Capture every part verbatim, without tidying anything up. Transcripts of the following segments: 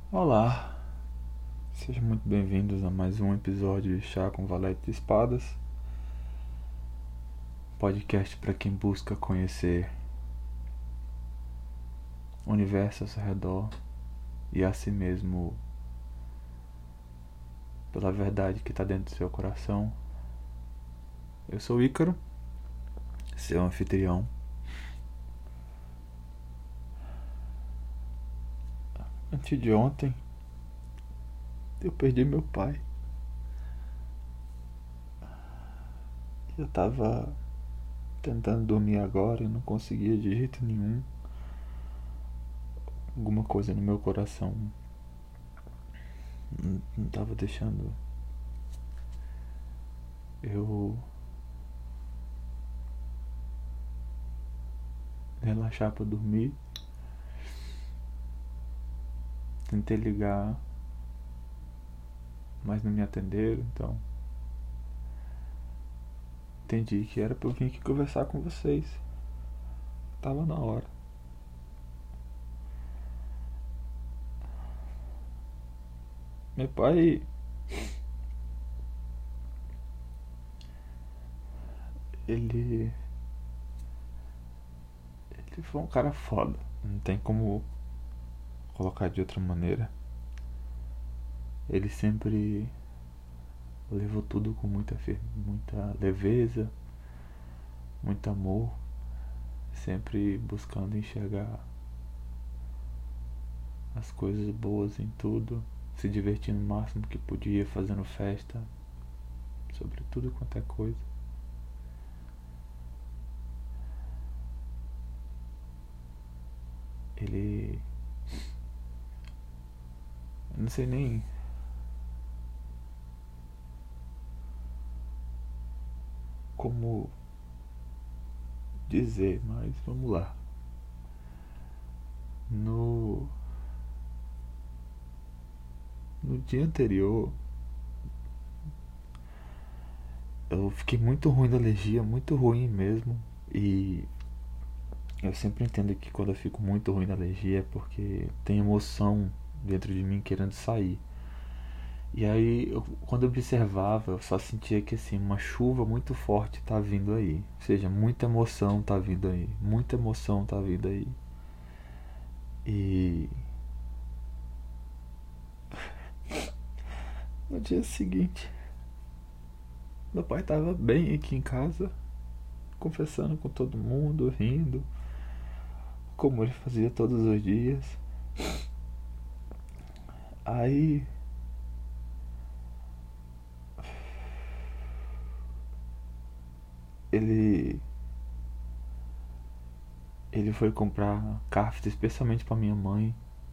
Olá, sejam muito bem-vindos a mais um episódio de Chá com Valete de Espadas, podcast para quem busca conhecer o universo ao seu redor e a si mesmo pela verdade que está dentro do seu coração. Eu sou o Ícaro, seu anfitrião. Antes de ontem, eu perdi meu pai. Eu tava tentando dormir agora e não conseguia de jeito nenhum. Alguma coisa no meu coração não, não tava deixando eu relaxar pra dormir. Tentei ligar, mas não me atenderam, então entendi que era pra eu vir aqui conversar com vocês. Tava na hora. Meu pai, ele. Ele foi um cara foda. Não tem como colocar de outra maneira. Ele sempre levou tudo com muita, muita leveza, muito amor, sempre buscando enxergar as coisas boas em tudo, se divertindo o máximo que podia, fazendo festa sobre tudo quanto é coisa. Ele. Eu não sei nem como dizer, mas vamos lá. No. No dia anterior, eu fiquei muito ruim da alergia, muito ruim mesmo. E eu sempre entendo que quando eu fico muito ruim da alergia é porque tem emoção dentro de mim querendo sair. E aí, eu, quando eu observava, eu só sentia que assim, uma chuva muito forte tá vindo aí. Ou seja, muita emoção tá vindo aí. Muita emoção tá vindo aí. E no dia seguinte, meu pai tava bem aqui em casa, conversando com todo mundo, rindo, como ele fazia todos os dias. Aí ele ele foi comprar café especialmente para minha mãe.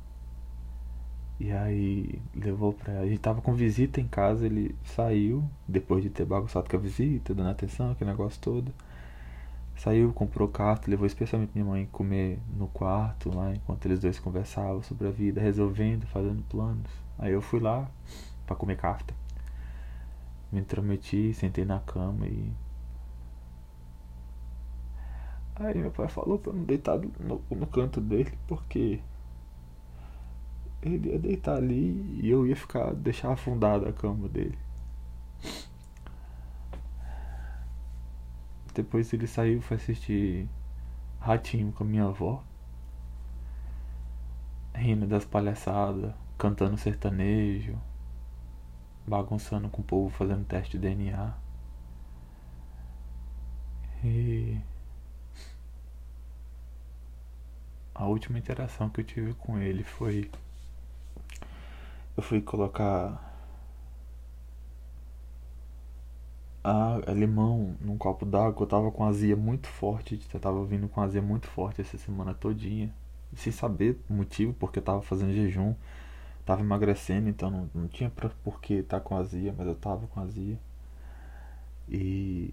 E aí levou pra. A gente tava com visita em casa, ele saiu, depois de ter bagunçado com a visita, dando atenção, aquele negócio todo. Saiu, comprou carta, levou especialmente minha mãe comer no quarto lá, enquanto eles dois conversavam sobre a vida, resolvendo, fazendo planos. Aí eu fui lá pra comer carta. Me intrometi, sentei na cama e. Aí meu pai falou pra eu não deitar no, no canto dele, porque ele ia deitar ali e eu ia ficar, deixar afundado a cama dele. Depois ele saiu e foi assistir Ratinho com a minha avó, rindo das palhaçadas, cantando sertanejo, bagunçando com o povo fazendo teste de D N A. E a última interação que eu tive com ele foi. Eu fui colocar a, a limão num copo d'água. Eu tava com azia muito forte. Eu tava vindo com azia muito forte essa semana todinha. Sem saber o motivo, porque eu tava fazendo jejum. Tava emagrecendo, então não, não tinha pra, por que estar com azia, mas eu tava com azia. E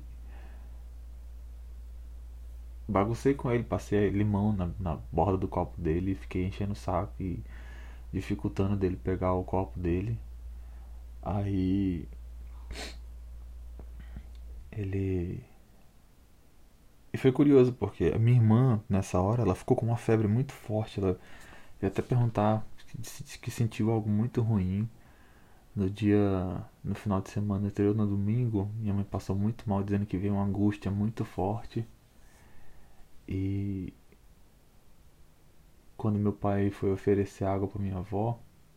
baguncei com ele, passei limão na, na borda do copo dele e fiquei enchendo o saco e dificultando dele pegar o copo dele. Aí ele. E foi curioso porque a minha irmã, nessa hora, ela ficou com uma febre muito forte. Ela ia até perguntar que sentiu algo muito ruim. No dia, no final de semana anterior, no domingo, minha mãe passou muito mal, dizendo que veio uma angústia muito forte. E quando meu pai foi oferecer água para minha avó,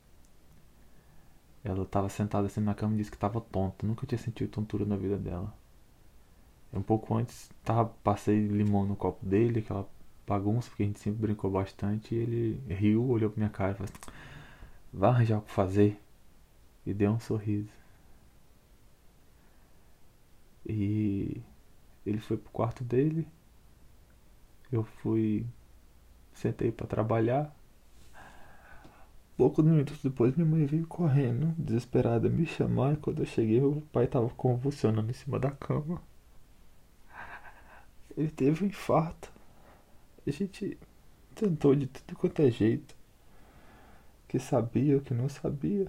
ela estava sentada assim na cama e disse que estava tonta. Nunca tinha sentido tontura na vida dela. Um pouco antes, tava, passei limão no copo dele, aquela bagunça, porque a gente sempre brincou bastante. E ele riu, olhou pra minha cara e falou assim: vai arranjar o que fazer. E deu um sorriso. E ele foi pro quarto dele. Eu fui, sentei pra trabalhar. Poucos minutos depois, minha mãe veio correndo, desesperada, me chamar. E quando eu cheguei, meu pai tava convulsionando em cima da cama. Ele teve um infarto. A gente tentou de tudo quanto é jeito. Que sabia, o que não sabia.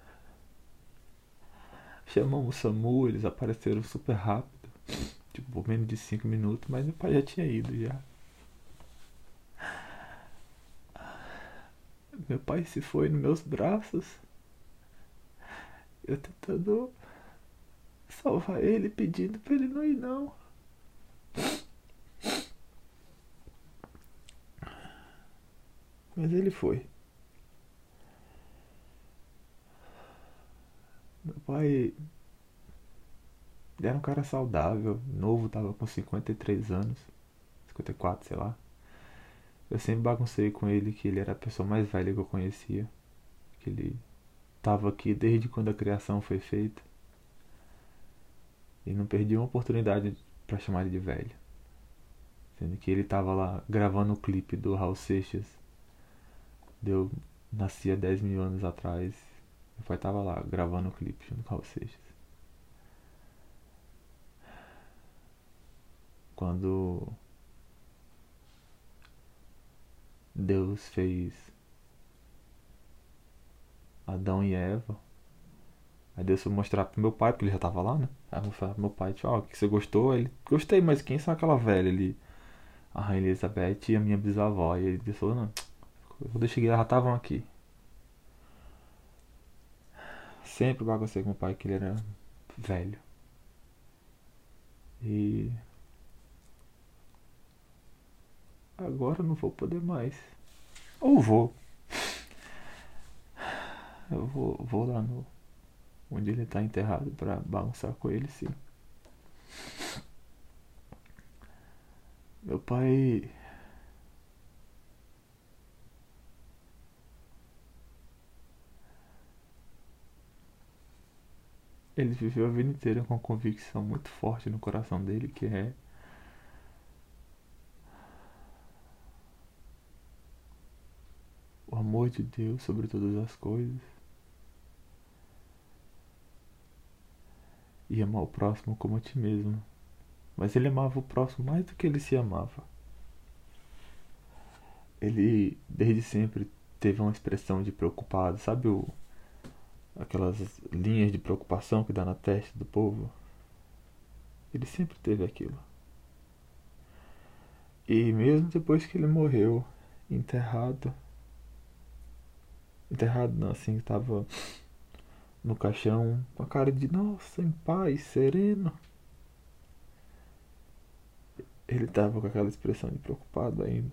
Chamamos o SAMU, eles apareceram super rápido. Tipo, por menos de cinco minutos, mas meu pai já tinha ido já. Meu pai se foi nos meus braços. Eu tentando salvar ele, pedindo pra ele não ir não. Mas ele foi. Meu pai era um cara saudável, novo, tava com cinquenta e três anos. cinquenta e quatro, sei lá. Eu sempre baguncei com ele que ele era a pessoa mais velha que eu conhecia. Que ele tava aqui desde quando a criação foi feita. E não perdi uma oportunidade pra chamar ele de velho. Sendo que ele tava lá gravando o clipe do Raul Seixas. Eu nasci há dez mil anos atrás. Meu pai tava lá gravando o clipe junto com o Raul Seixas. Quando Deus fez Adão e Eva, aí Deus foi mostrar pro meu pai, porque ele já tava lá, né? Aí eu falei pro meu pai, tipo, ó, que você gostou? Ele, gostei, mas quem são aquela velha ali? A Rainha Elizabeth e a minha bisavó. E ele disse, não, quando eu cheguei, elas já estavam aqui. Sempre baguncei com meu pai que ele era velho. E agora eu não vou poder mais. Ou vou. Eu vou, vou lá no onde ele tá enterrado pra bagunçar com ele, sim. Meu pai, ele viveu a vida inteira com uma convicção muito forte no coração dele, que é o amor de Deus sobre todas as coisas e amar o próximo como a ti mesmo. Mas ele amava o próximo mais do que ele se amava. Ele, desde sempre, teve uma expressão de preocupado. Sabe o, aquelas linhas de preocupação que dá na testa do povo? Ele sempre teve aquilo. E mesmo depois que ele morreu, enterrado, enterrado não, assim, estava no caixão, com a cara de nossa, em paz, sereno. Ele estava com aquela expressão de preocupado ainda.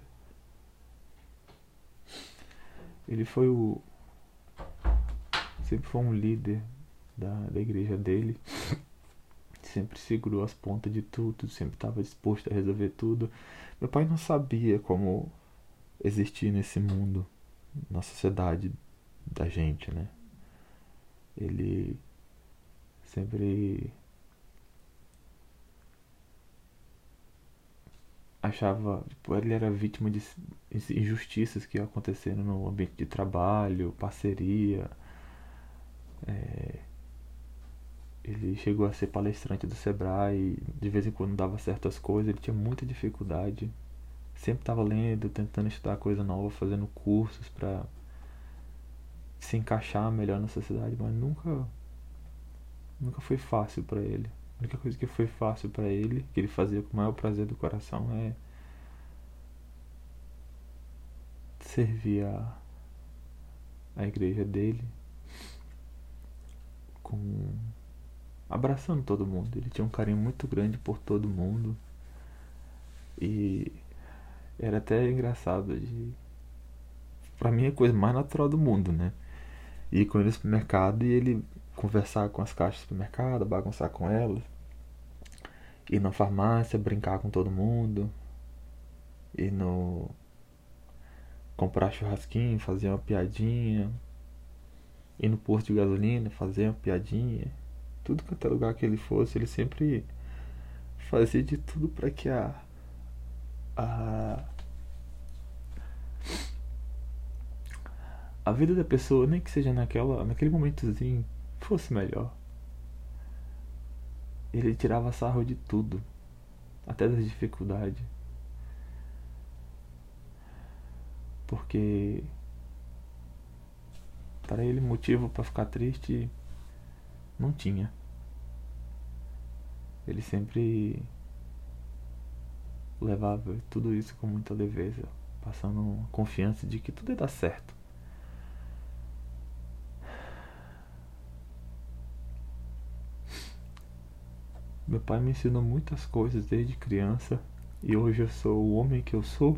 Ele foi o. Sempre foi um líder da, da igreja dele. Sempre segurou as pontas de tudo, sempre estava disposto a resolver tudo. Meu pai não sabia como existir nesse mundo, na sociedade da gente, né? Ele sempre achava, tipo, ele era vítima de injustiças que aconteceram no ambiente de trabalho, parceria. É, ele chegou a ser palestrante do Sebrae, de vez em quando dava certas coisas, ele tinha muita dificuldade. Sempre estava lendo, tentando estudar coisa nova, fazendo cursos para se encaixar melhor na sociedade, mas nunca nunca foi fácil para ele. A única coisa que foi fácil para ele, que ele fazia com o maior prazer do coração, é servir a, a igreja dele, com abraçando todo mundo. Ele tinha um carinho muito grande por todo mundo e era até engraçado de pra mim é a coisa mais natural do mundo, né? Ir com ele no supermercado e ele conversar com as caixas do supermercado, bagunçar com elas, ir na farmácia, brincar com todo mundo, ir no comprar churrasquinho, fazer uma piadinha, ir no posto de gasolina, fazer uma piadinha. Tudo quanto é lugar que ele fosse, ele sempre fazia de tudo para que a, a a vida da pessoa, nem que seja naquela, naquele momentozinho, fosse melhor. Ele tirava sarro de tudo, até das dificuldades, porque para ele motivo para ficar triste não tinha. Ele sempre levava tudo isso com muita leveza, passando uma confiança de que tudo ia dar certo. Meu pai me ensinou muitas coisas desde criança e hoje eu sou o homem que eu sou.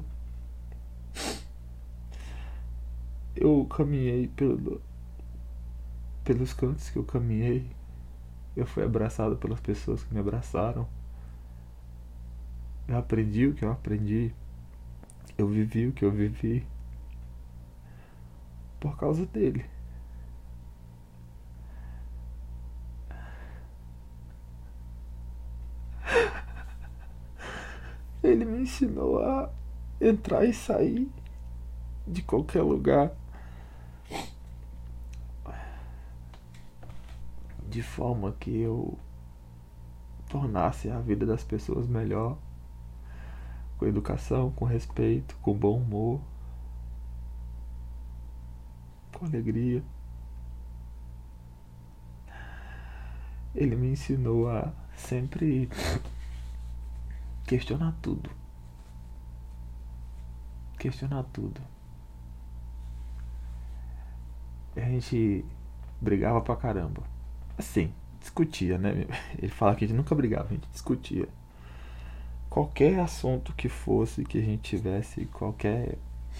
Eu caminhei pelo, pelos cantos que eu caminhei. Eu fui abraçado pelas pessoas que me abraçaram. Eu aprendi o que eu aprendi. Eu vivi o que eu vivi por causa dele. Ele me ensinou a entrar e sair de qualquer lugar de forma que eu tornasse a vida das pessoas melhor, com educação, com respeito, com bom humor, com alegria. Ele me ensinou a sempre questionar tudo. Questionar tudo. E a gente brigava pra caramba. Assim, discutia, né? Ele fala que a gente nunca brigava, a gente discutia. Qualquer assunto que fosse, que a gente tivesse, qualquer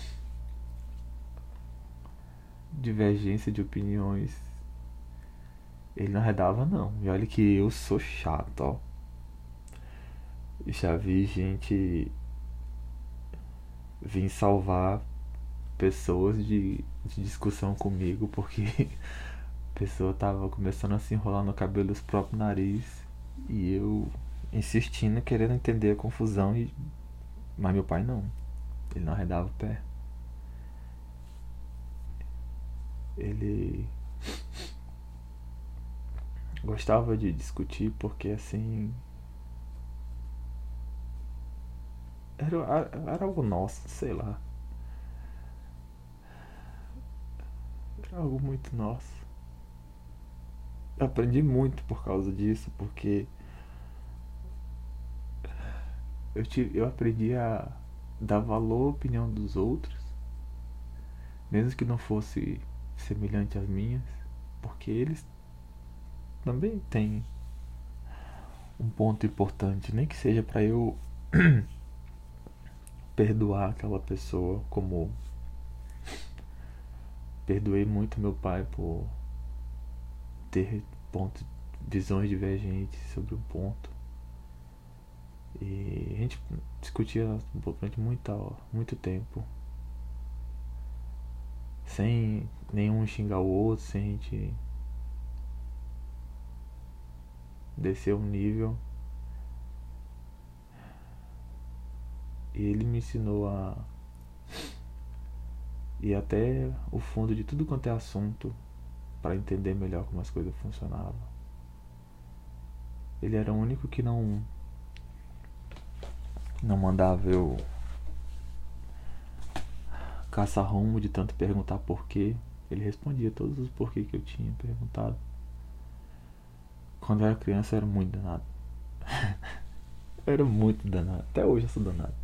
divergência de opiniões, ele não arredava não. E olha que eu sou chato, ó. Já vi gente vir salvar pessoas de, de discussão comigo porque a pessoa tava começando a se enrolar no cabelo dos próprios nariz e eu insistindo, querendo entender a confusão e... Mas meu pai não. Ele não arredava o pé. Ele gostava de discutir porque assim era, era algo nosso, sei lá. Era algo muito nosso. Eu aprendi muito por causa disso, porque eu, tive, eu aprendi a dar valor à opinião dos outros, mesmo que não fosse semelhante às minhas, porque eles também têm um ponto importante, nem que seja para eu perdoar aquela pessoa, como perdoei muito meu pai por ter pontos, visões divergentes sobre um ponto. E a gente discutia durante muito, muito tempo, sem nenhum xingar o outro, sem a gente descer um nível. E ele me ensinou a ir até o fundo de tudo quanto é assunto para entender melhor como as coisas funcionavam. Ele era o único que não não mandava eu caçar rumo de tanto perguntar porquê. Ele respondia todos os porquê que eu tinha perguntado. Quando eu era criança eu era muito danado. Eu era muito danado. Até hoje eu sou danado.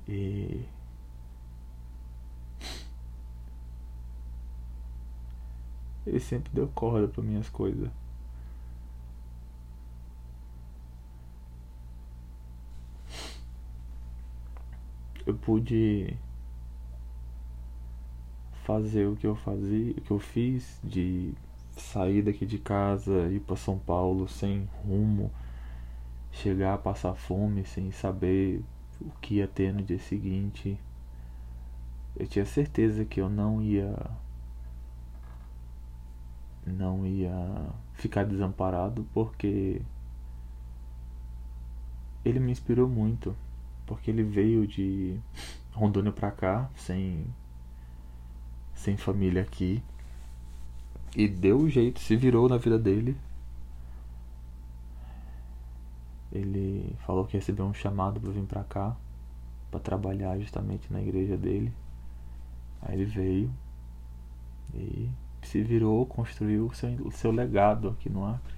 E ele sempre deu corda para minhas coisas. Eu pude fazer o que eu fazia, o que eu fiz de sair daqui de casa, ir para São Paulo sem rumo, chegar a passar fome sem saber o que ia ter no dia seguinte. Eu tinha certeza que eu não ia não ia ficar desamparado, porque ele me inspirou muito, porque ele veio de Rondônia pra cá sem sem família aqui e deu o jeito, se virou na vida dele. Ele falou que recebeu um chamado para vir pra cá para trabalhar justamente na igreja dele. Aí ele veio e se virou, construiu o seu, o seu legado aqui no Acre.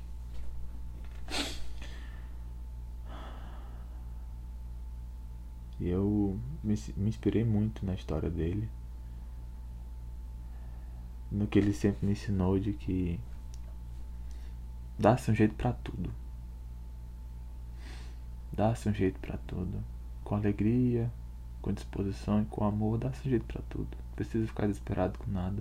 E eu me, me inspirei muito na história dele, no que ele sempre me ensinou de que dá-se um jeito pra tudo. Dá-se um jeito pra tudo. Com alegria, com disposição e com amor, dá-se um jeito pra tudo. Não precisa ficar desesperado com nada.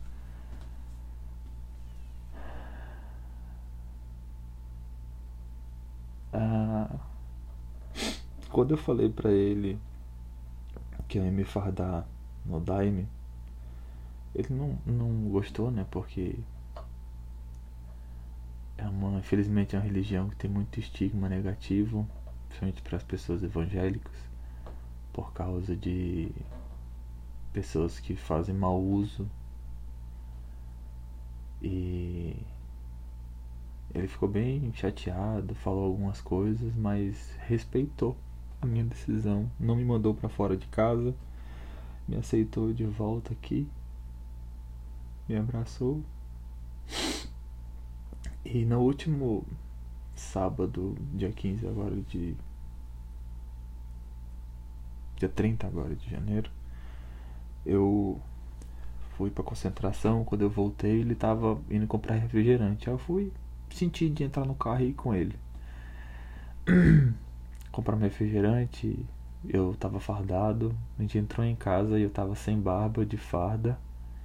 Ah, quando eu falei pra ele que eu ia me fardar no Daime, ele não, não gostou, né? Porque é uma, infelizmente é uma religião que tem muito estigma negativo, principalmente para as pessoas evangélicas, por causa de pessoas que fazem mau uso. E ele ficou bem chateado, falou algumas coisas, mas respeitou a minha decisão, não me mandou para fora de casa, me aceitou de volta aqui, me abraçou. E no último sábado, dia quinze agora de dia trinta agora de janeiro, eu fui pra concentração. Quando eu voltei, ele tava indo comprar refrigerante. Aí eu fui sentir de entrar no carro e ir com ele comprar um refrigerante. Eu tava fardado, a gente entrou em casa e eu tava sem barba, de farda,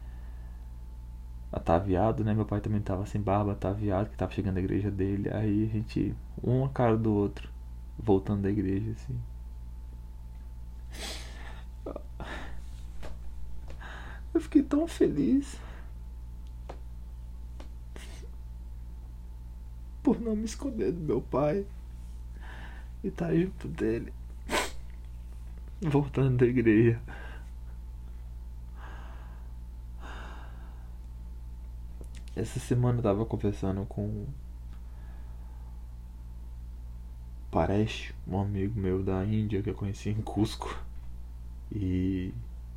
ataviado, né? Meu pai também tava sem barba, ataviado, que tava chegando à igreja dele. Aí a gente, um a cara do outro, voltando da igreja, assim. Eu fiquei tão feliz por não me esconder do meu pai e estar junto dele, voltando da igreja. Essa semana eu tava conversando com o Paresh, um amigo meu da Índia que eu conheci em Cusco. E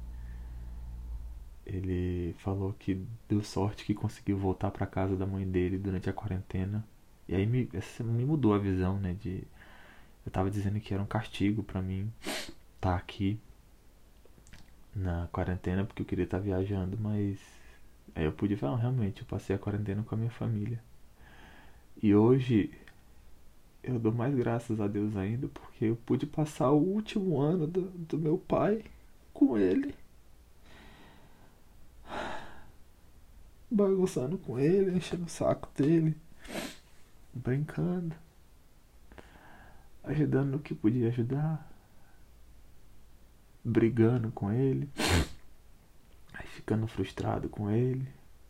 ele falou que deu sorte que conseguiu voltar pra casa da mãe dele durante a quarentena. E aí me, essa me mudou a visão, né? De, eu tava dizendo que era um castigo pra mim estar aqui na quarentena porque eu queria estar viajando, mas aí eu pude falar, realmente, eu passei a quarentena com a minha família. E hoje eu dou mais graças a Deus ainda porque eu pude passar o último ano do, do meu pai com ele, bagunçando com ele, enchendo o saco dele, brincando, ajudando no que podia ajudar, brigando com ele, aí ficando frustrado com ele,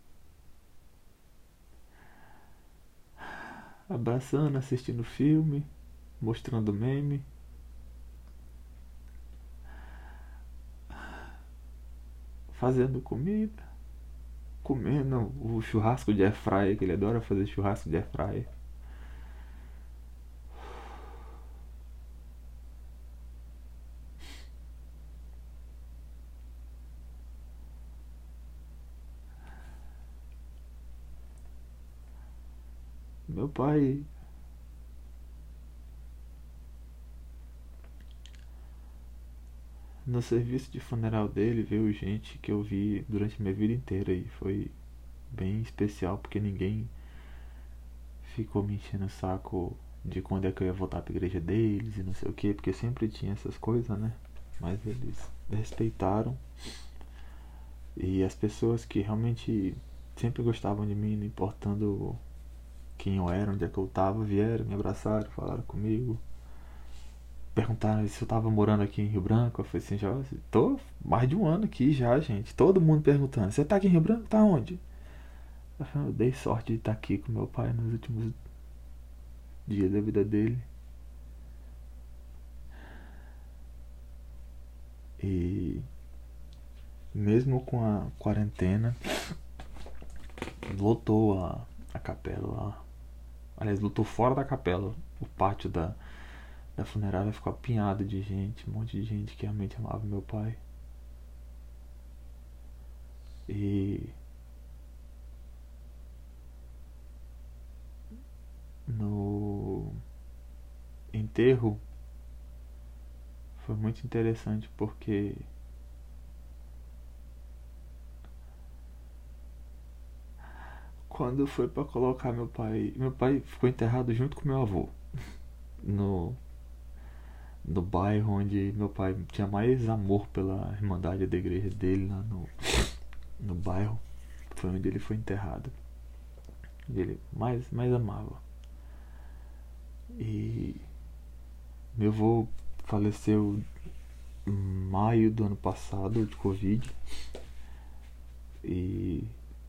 abraçando, assistindo filme, mostrando meme, fazendo comida, comendo o churrasco de airfryer, que ele adora fazer churrasco de airfryer. Meu pai no serviço de funeral dele veio gente que eu vi durante a minha vida inteira e foi bem especial porque ninguém ficou me enchendo o saco de quando é que eu ia voltar pra igreja deles e não sei o que, porque sempre tinha essas coisas, né? Mas eles respeitaram e as pessoas que realmente sempre gostavam de mim, não importando quem eu era, onde é que eu tava, vieram, me abraçaram, falaram comigo. Perguntaram se eu tava morando aqui em Rio Branco. Eu falei assim, já tô mais de um ano aqui já, gente. Todo mundo perguntando, você tá aqui em Rio Branco? Tá onde? Eu falei, eu dei sorte de estar aqui com meu pai nos últimos dias da vida dele. E mesmo com a quarentena, lotou a, a capela lá. Aliás, lotou fora da capela. O pátio da, da funerária ficou apinhado de gente, um monte de gente que realmente amava meu pai. E no enterro foi muito interessante porque quando foi pra colocar meu pai, meu pai ficou enterrado junto com meu avô no no bairro onde meu pai tinha mais amor pela irmandade da igreja dele lá no no bairro, foi onde ele foi enterrado. Ele mais mais amava. E meu avô faleceu em maio do ano passado de Covid. E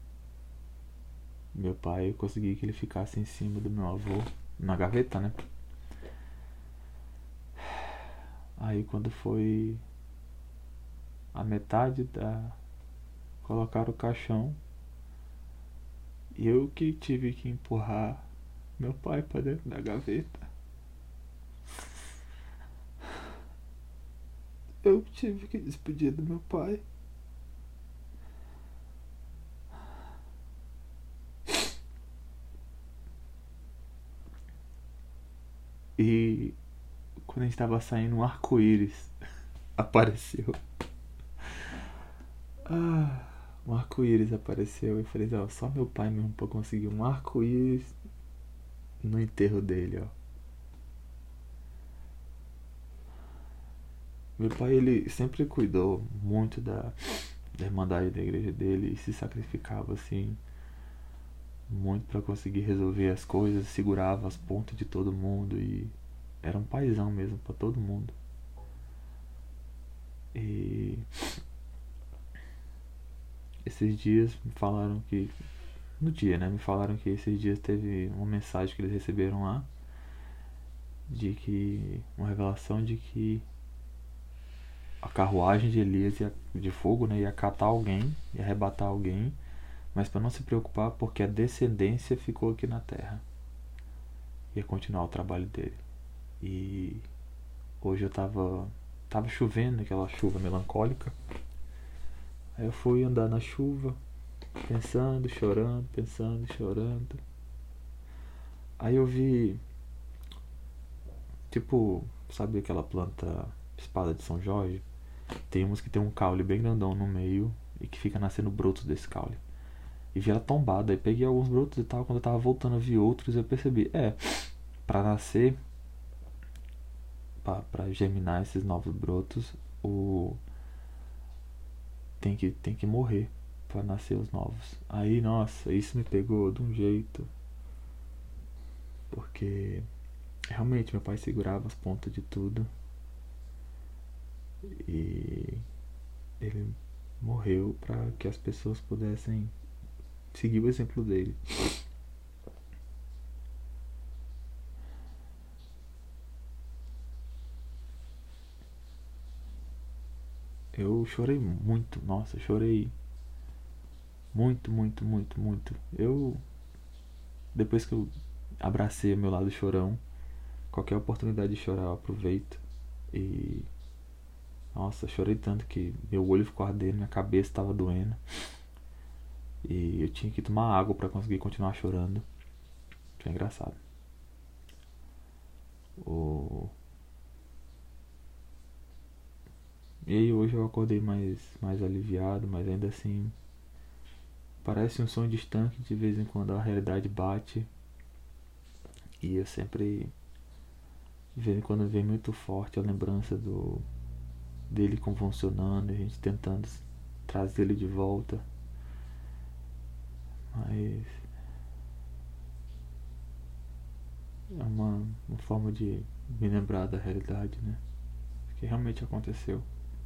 meu pai, eu consegui que ele ficasse em cima do meu avô, na gaveta, né? Aí quando foi a metade da. Colocaram o caixão, e eu que tive que empurrar meu pai pra dentro da gaveta. Eu tive que despedir do meu pai. E quando a gente tava saindo, um arco-íris apareceu. Ah, um arco-íris apareceu. Eu falei, ó, só meu pai mesmo pra conseguir um arco-íris no enterro dele, ó. Meu pai, ele sempre cuidou muito da, da irmandade da igreja dele e se sacrificava, assim, muito pra conseguir resolver as coisas, segurava as pontas de todo mundo e era um paizão mesmo pra todo mundo. E esses dias me falaram que, no dia, né, me falaram que esses dias teve uma mensagem que eles receberam lá, de que, uma revelação de que a carruagem de Elias ia, de fogo, né, ia catar alguém, ia arrebatar alguém, mas para não se preocupar porque a descendência ficou aqui na terra, ia continuar o trabalho dele. E hoje eu tava tava chovendo, aquela chuva melancólica. Aí eu fui andar na chuva, pensando, chorando, pensando, chorando. Aí eu vi, tipo, sabe aquela planta espada de São Jorge? Tem uns que tem um caule bem grandão no meio e que fica nascendo brotos desse caule. E vi ela tombada, aí peguei alguns brotos e tal. Quando eu tava voltando a ver outros, eu percebi, é, pra nascer, pra, pra germinar esses novos brotos, o tem que, tem que morrer pra nascer os novos. Aí, nossa, isso me pegou de um jeito, porque realmente meu pai segurava as pontas de tudo e ele morreu para que as pessoas pudessem seguir o exemplo dele. Eu chorei muito, nossa, chorei muito, muito, muito, muito. Eu, depois que eu abracei o meu lado chorão, qualquer oportunidade de chorar eu aproveito. E, nossa, chorei tanto que meu olho ficou ardendo, minha cabeça estava doendo. E eu tinha que tomar água para conseguir continuar chorando. Foi engraçado. O... E aí hoje eu acordei mais, mais aliviado, mas ainda assim parece um sonho distante, de vez em quando a realidade bate. E eu sempre, de vez em quando vem muito forte a lembrança do dele convulsionando, a gente tentando trazer ele de volta. Mas é uma, uma forma de me lembrar da realidade, né? Que realmente aconteceu.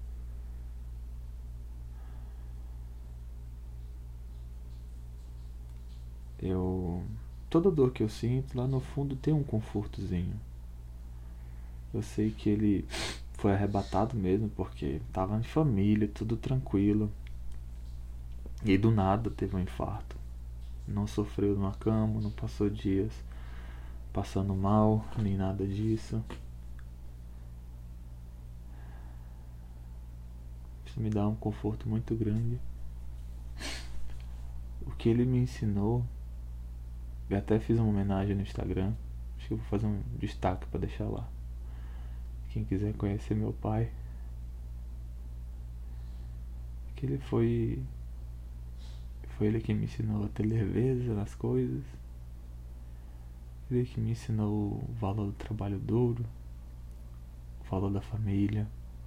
Eu. Toda dor que eu sinto, lá no fundo tem um confortozinho. Eu sei que ele foi arrebatado mesmo, porque tava em família, tudo tranquilo. E do nada teve um infarto. Não sofreu numa cama, não passou dias passando mal, nem nada disso. Isso me dá um conforto muito grande. O que ele me ensinou, eu até fiz uma homenagem no Instagram. Acho que eu vou fazer um destaque para deixar lá. Quem quiser conhecer meu pai, que ele foi foi ele que me ensinou a ter leveza nas coisas. Ele que me ensinou o valor do trabalho duro, o valor da família.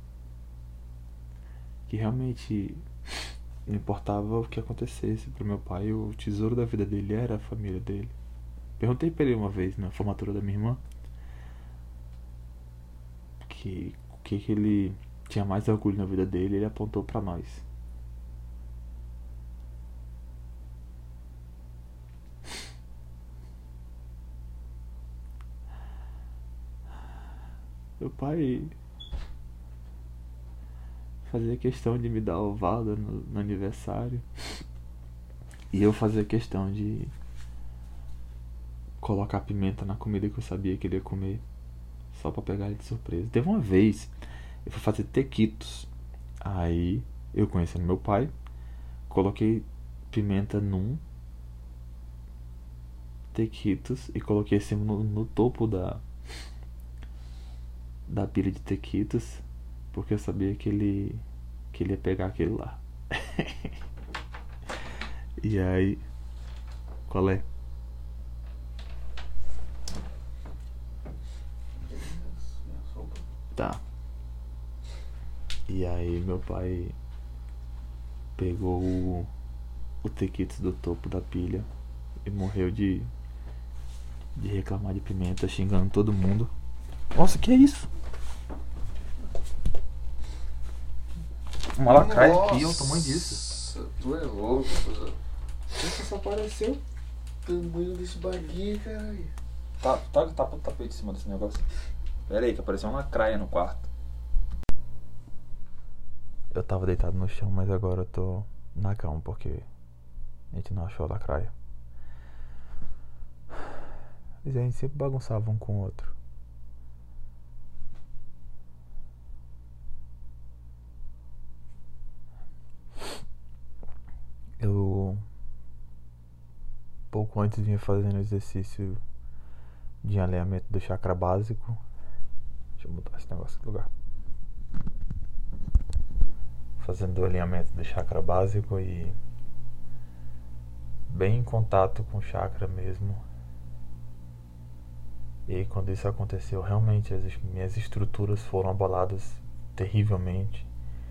Que realmente não importava o que acontecesse pro meu pai, o tesouro da vida dele era a família dele. Perguntei pra ele uma vez na formatura da minha irmã que o que, que ele tinha mais orgulho na vida dele, ele apontou pra nós. Meu pai fazia questão de me dar ovada no, no aniversário. E eu fazia questão de colocar pimenta na comida que eu sabia que ele ia comer, só pra pegar ele de surpresa. Teve uma vez, eu fui fazer tequitos. Aí, eu conhecendo meu pai, coloquei pimenta num tequitos e coloquei assim no, no topo da da pilha de tequitos, porque eu sabia que ele que ele ia pegar aquele lá. E aí, qual é? Tá. E aí meu pai pegou o, o tequitos do topo da pilha e morreu de de reclamar de pimenta, xingando todo mundo. Nossa, que é isso? Uma lacraia aqui, olha o tamanho disso. Tu é louco, cuzão. Isso só apareceu. Tamanho desse baguinho, caralho. Tá, tá, tá pro tapete em cima desse negócio. Pera aí, que apareceu uma lacraia no quarto. Eu tava deitado no chão, mas agora eu tô na cama porque a gente não achou a lacraia. Mas a gente sempre bagunçava um com o outro. Eu pouco antes vinha fazendo exercício de alinhamento do chakra básico. Deixa eu mudar esse negócio de lugar. Fazendo o alinhamento do chakra básico e bem em contato com o chakra mesmo. E aí, quando isso aconteceu, realmente as minhas estruturas foram abaladas terrivelmente.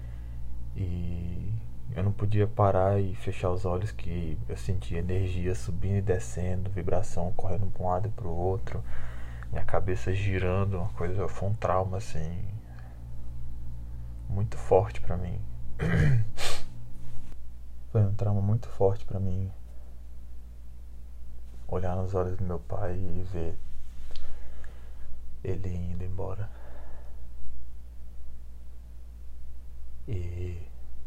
E eu não podia parar e fechar os olhos, que eu sentia energia subindo e descendo, vibração correndo para um lado e para o outro, minha cabeça girando, uma coisa, foi um trauma assim muito forte para mim. Foi um trauma muito forte para mim olhar nos olhos do meu pai e ver ele indo embora. E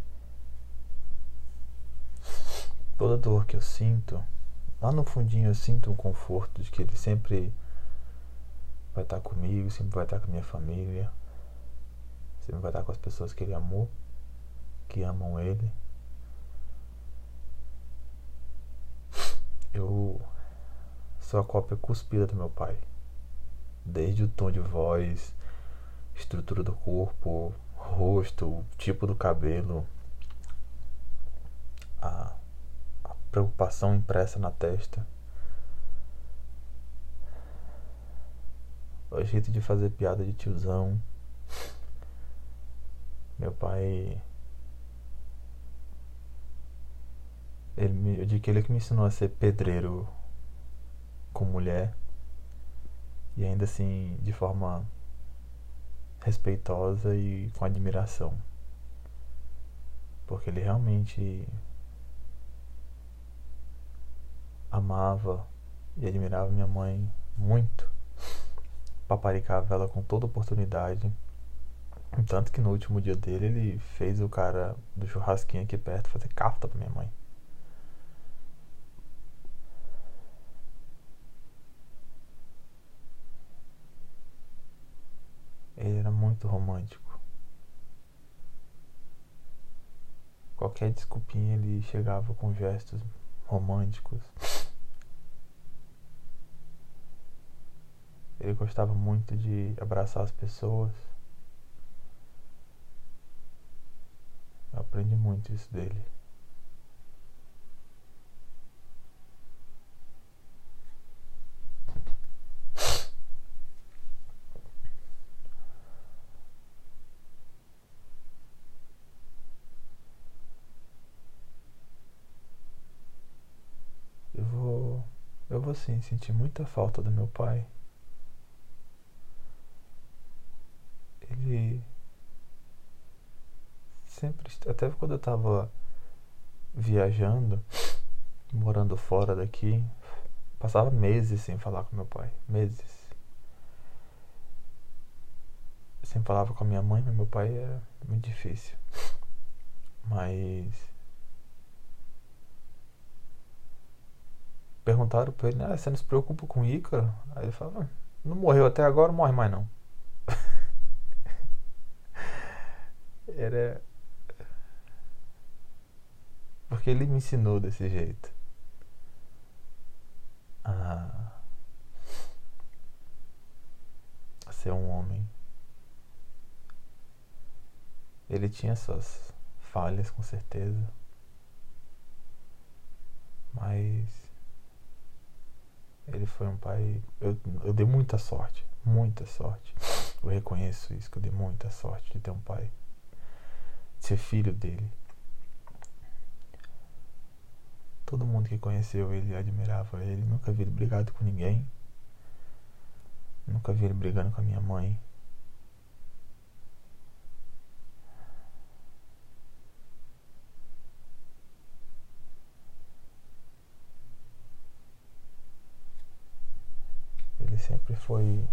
toda dor que eu sinto, lá no fundinho eu sinto um conforto de que ele sempre vai estar comigo, sempre vai estar com a minha família, sempre vai estar com as pessoas que ele amou, que amam ele. Eu sou a cópia cuspida do meu pai, desde o tom de voz, estrutura do corpo, rosto, o tipo do cabelo, a, a preocupação impressa na testa, o jeito de fazer piada de tiozão. Meu pai, ele me, eu digo que ele que me ensinou a ser pedreiro com mulher, e ainda assim de forma respeitosa e com admiração, porque ele realmente amava e admirava minha mãe muito, paparicava ela com toda oportunidade. Tanto que no último dia dele, ele fez o cara do churrasquinho aqui perto fazer cafta pra minha mãe. Ele era muito romântico. Qualquer desculpinha ele chegava com gestos românticos. Ele gostava muito de abraçar as pessoas. Eu aprendi muito isso dele. Eu vou, eu vou sim sentir muita falta do meu pai. Ele sempre, até quando eu tava viajando, morando fora daqui, passava meses sem falar com meu pai, meses. Eu sempre falava com a minha mãe, mas meu pai era muito difícil. Mas perguntaram pra ele, ah, você não se preocupa com o Ícaro? Aí ele falou, "Ah, não morreu até agora, não morre mais não." Era porque ele me ensinou desse jeito a ser um homem. Ele tinha suas falhas, com certeza, mas ele foi um pai. Eu, eu dei muita sorte, muita sorte. Eu reconheço isso, que eu dei muita sorte de ter um pai, de ser filho dele. Todo mundo que conheceu ele admirava ele. Nunca vi ele brigado com ninguém. Nunca vi ele brigando com a minha mãe. Ele sempre foi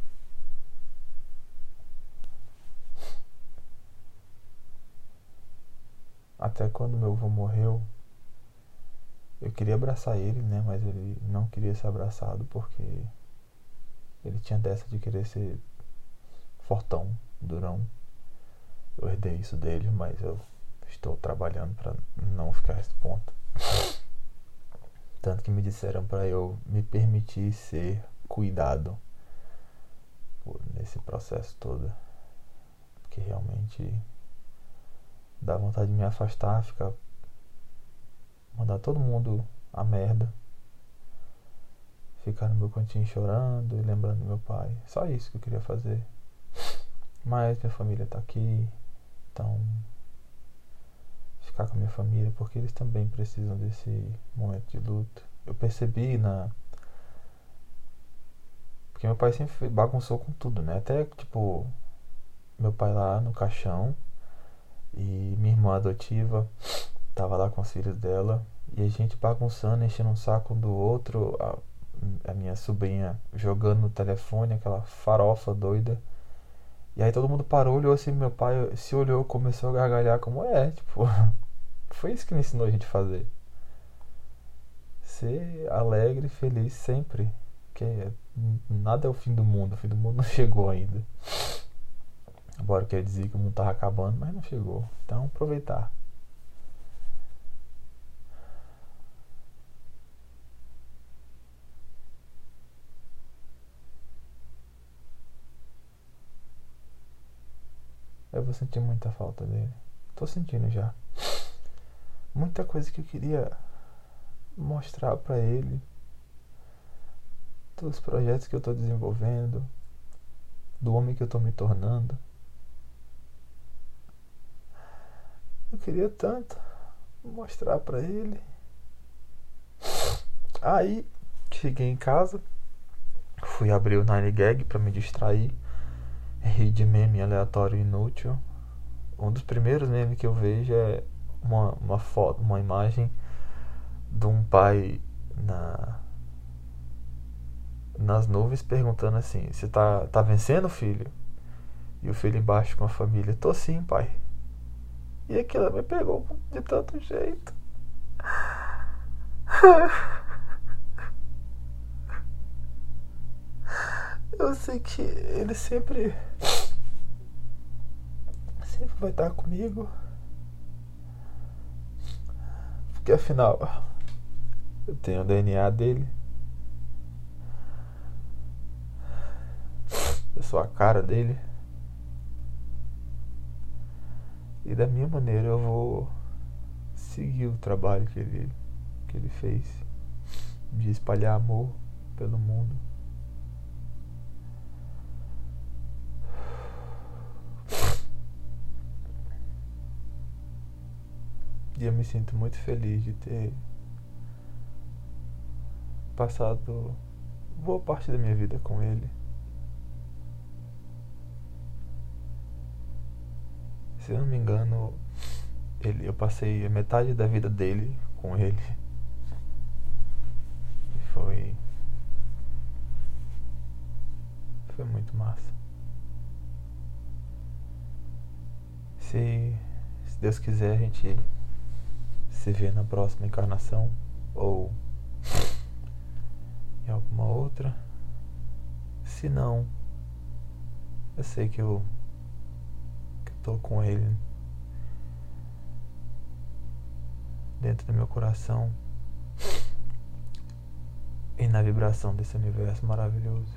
até quando meu avô morreu, eu queria abraçar ele, né? Mas ele não queria ser abraçado porque ele tinha dessa de querer ser fortão, durão. Eu herdei isso dele, mas eu estou trabalhando para não ficar a esse ponto. Tanto que me disseram para eu me permitir ser cuidado nesse processo todo, porque realmente dá vontade de me afastar, ficar, mandar todo mundo a merda, ficar no meu cantinho chorando e lembrando do meu pai. Só isso que eu queria fazer. Mas minha família tá aqui, então ficar com a minha família, porque eles também precisam desse momento de luto. Eu percebi na porque meu pai sempre bagunçou com tudo, né? Até tipo meu pai lá no caixão e minha irmã adotiva tava lá com os filhos dela e a gente bagunçando, enchendo um saco um do outro, a, a minha sobrinha jogando no telefone, aquela farofa doida. E aí todo mundo parou, olhou assim, meu pai se olhou, começou a gargalhar como é, tipo, foi isso que ele ensinou a gente a fazer. Ser alegre, feliz sempre, que nada é o fim do mundo, o fim do mundo não chegou ainda. Embora quer dizer que o mundo tava acabando, mas não chegou. Então aproveitar. É você vou sentir muita falta dele. Tô sentindo já. Muita coisa que eu queria mostrar pra ele, dos projetos que eu tô desenvolvendo, do homem que eu tô me tornando. Eu queria tanto mostrar pra ele. Aí cheguei em casa, fui abrir o Nine Gag pra me distrair, ri de meme aleatório e inútil. Um dos primeiros memes que eu vejo é uma, uma foto, uma imagem de um pai na nas nuvens perguntando assim: você tá, tá vencendo, filho? E o filho embaixo com a família: tô sim, pai. E aquilo me pegou de tanto jeito. Eu sei que ele sempre sempre vai estar comigo, porque afinal eu tenho o D N A dele, eu sou a cara dele, e da minha maneira eu vou seguir o trabalho que ele, que ele fez de espalhar amor pelo mundo. E eu me sinto muito feliz de ter passado boa parte da minha vida com ele. Se eu não me engano, ele, eu passei a metade da vida dele com ele. E foi. Foi muito massa. Se, se Deus quiser, a gente se vê na próxima encarnação ou em alguma outra. Se não, eu sei que eu, que eu tô com ele dentro do meu coração e na vibração desse universo maravilhoso.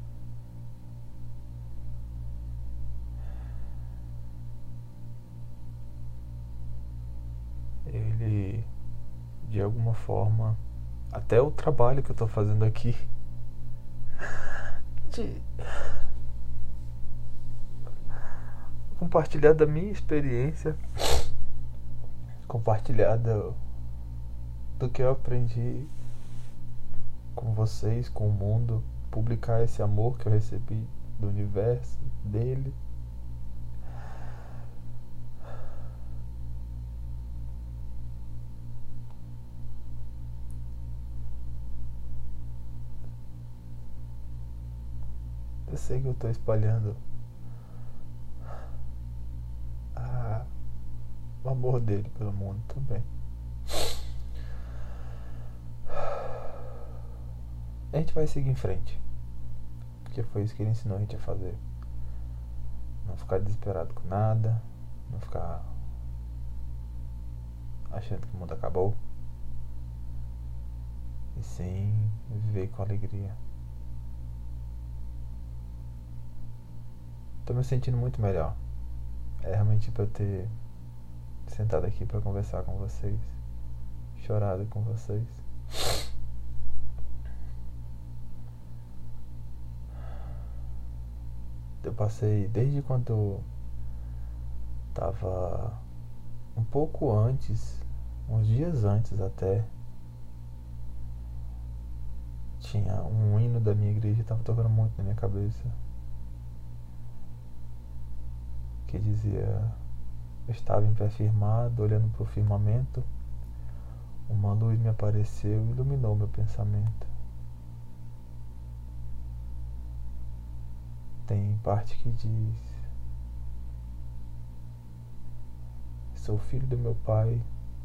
Ele, de alguma forma, até o trabalho que eu tô fazendo aqui de compartilhar da minha experiência, compartilhar do, do que eu aprendi com vocês, com o mundo, publicar esse amor que eu recebi do universo, dele. Eu sei que eu tô espalhando a, o amor dele pelo mundo também. A gente vai seguir em frente, porque foi isso que ele ensinou a gente a fazer. Não ficar desesperado com nada, não ficar achando que o mundo acabou, e sim viver com alegria. Tô me sentindo muito melhor. É realmente pra eu ter sentado aqui pra conversar com vocês, chorado com vocês. Eu passei desde quando eu tava um pouco antes, uns dias antes até, tinha um hino da minha igreja que tava tocando muito na minha cabeça, que dizia: eu estava em pé firmado, olhando para o firmamento, uma luz me apareceu e iluminou meu pensamento. Tem parte que diz: sou filho do meu pai,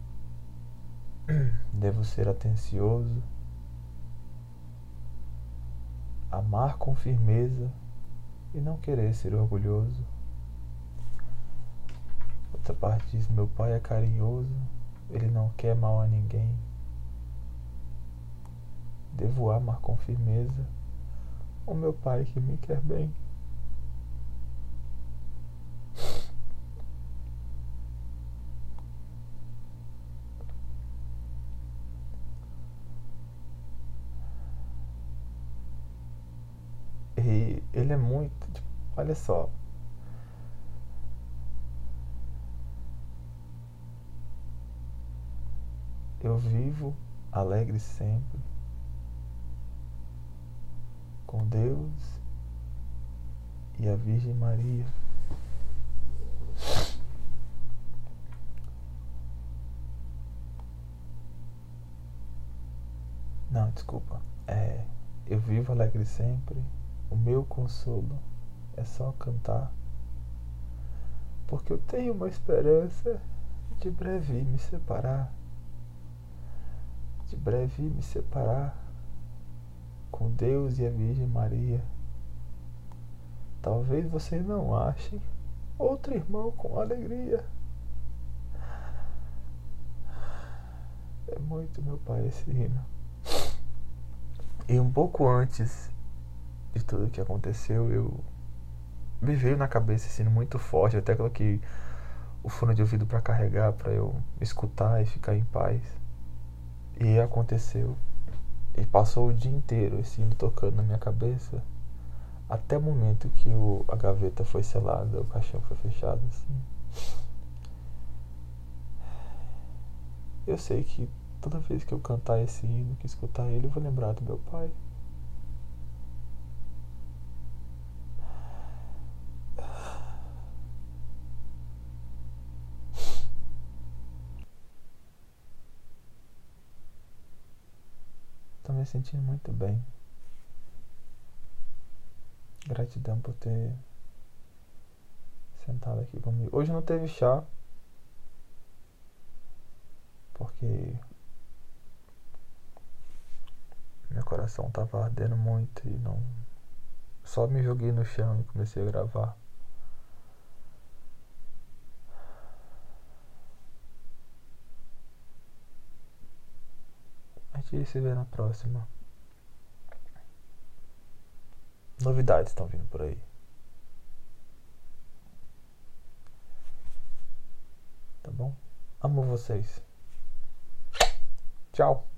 devo ser atencioso, amar com firmeza e não querer ser orgulhoso. Outra parte diz: meu pai é carinhoso, ele não quer mal a ninguém. Devo amar com firmeza o meu pai que me quer bem. ele é muito, tipo, olha só. Eu vivo alegre sempre com Deus e a Virgem Maria. Não, desculpa. É, eu vivo alegre sempre. O meu consolo é só cantar, porque eu tenho uma esperança de breve me separar, de breve me separar com Deus e a Virgem Maria. Talvez vocês não achem outro irmão com alegria. É muito, meu pai, esse hino. E um pouco antes de tudo que aconteceu, eu me veio na cabeça esse hino muito forte. Eu até coloquei o fone de ouvido para carregar, para eu escutar e ficar em paz. E aconteceu. E passou o dia inteiro esse hino tocando na minha cabeça, até o momento que o, a gaveta foi selada, o caixão foi fechado, assim. Eu sei que toda vez que eu cantar esse hino, que escutar ele, eu vou lembrar do meu pai. Tô me sentindo muito bem. Gratidão por ter sentado aqui comigo. Hoje não teve chá, porque meu coração tava ardendo muito e não. Só me joguei no chão e comecei a gravar. A gente se vê na próxima. Novidades estão vindo por aí. Tá bom? Amo vocês. Tchau.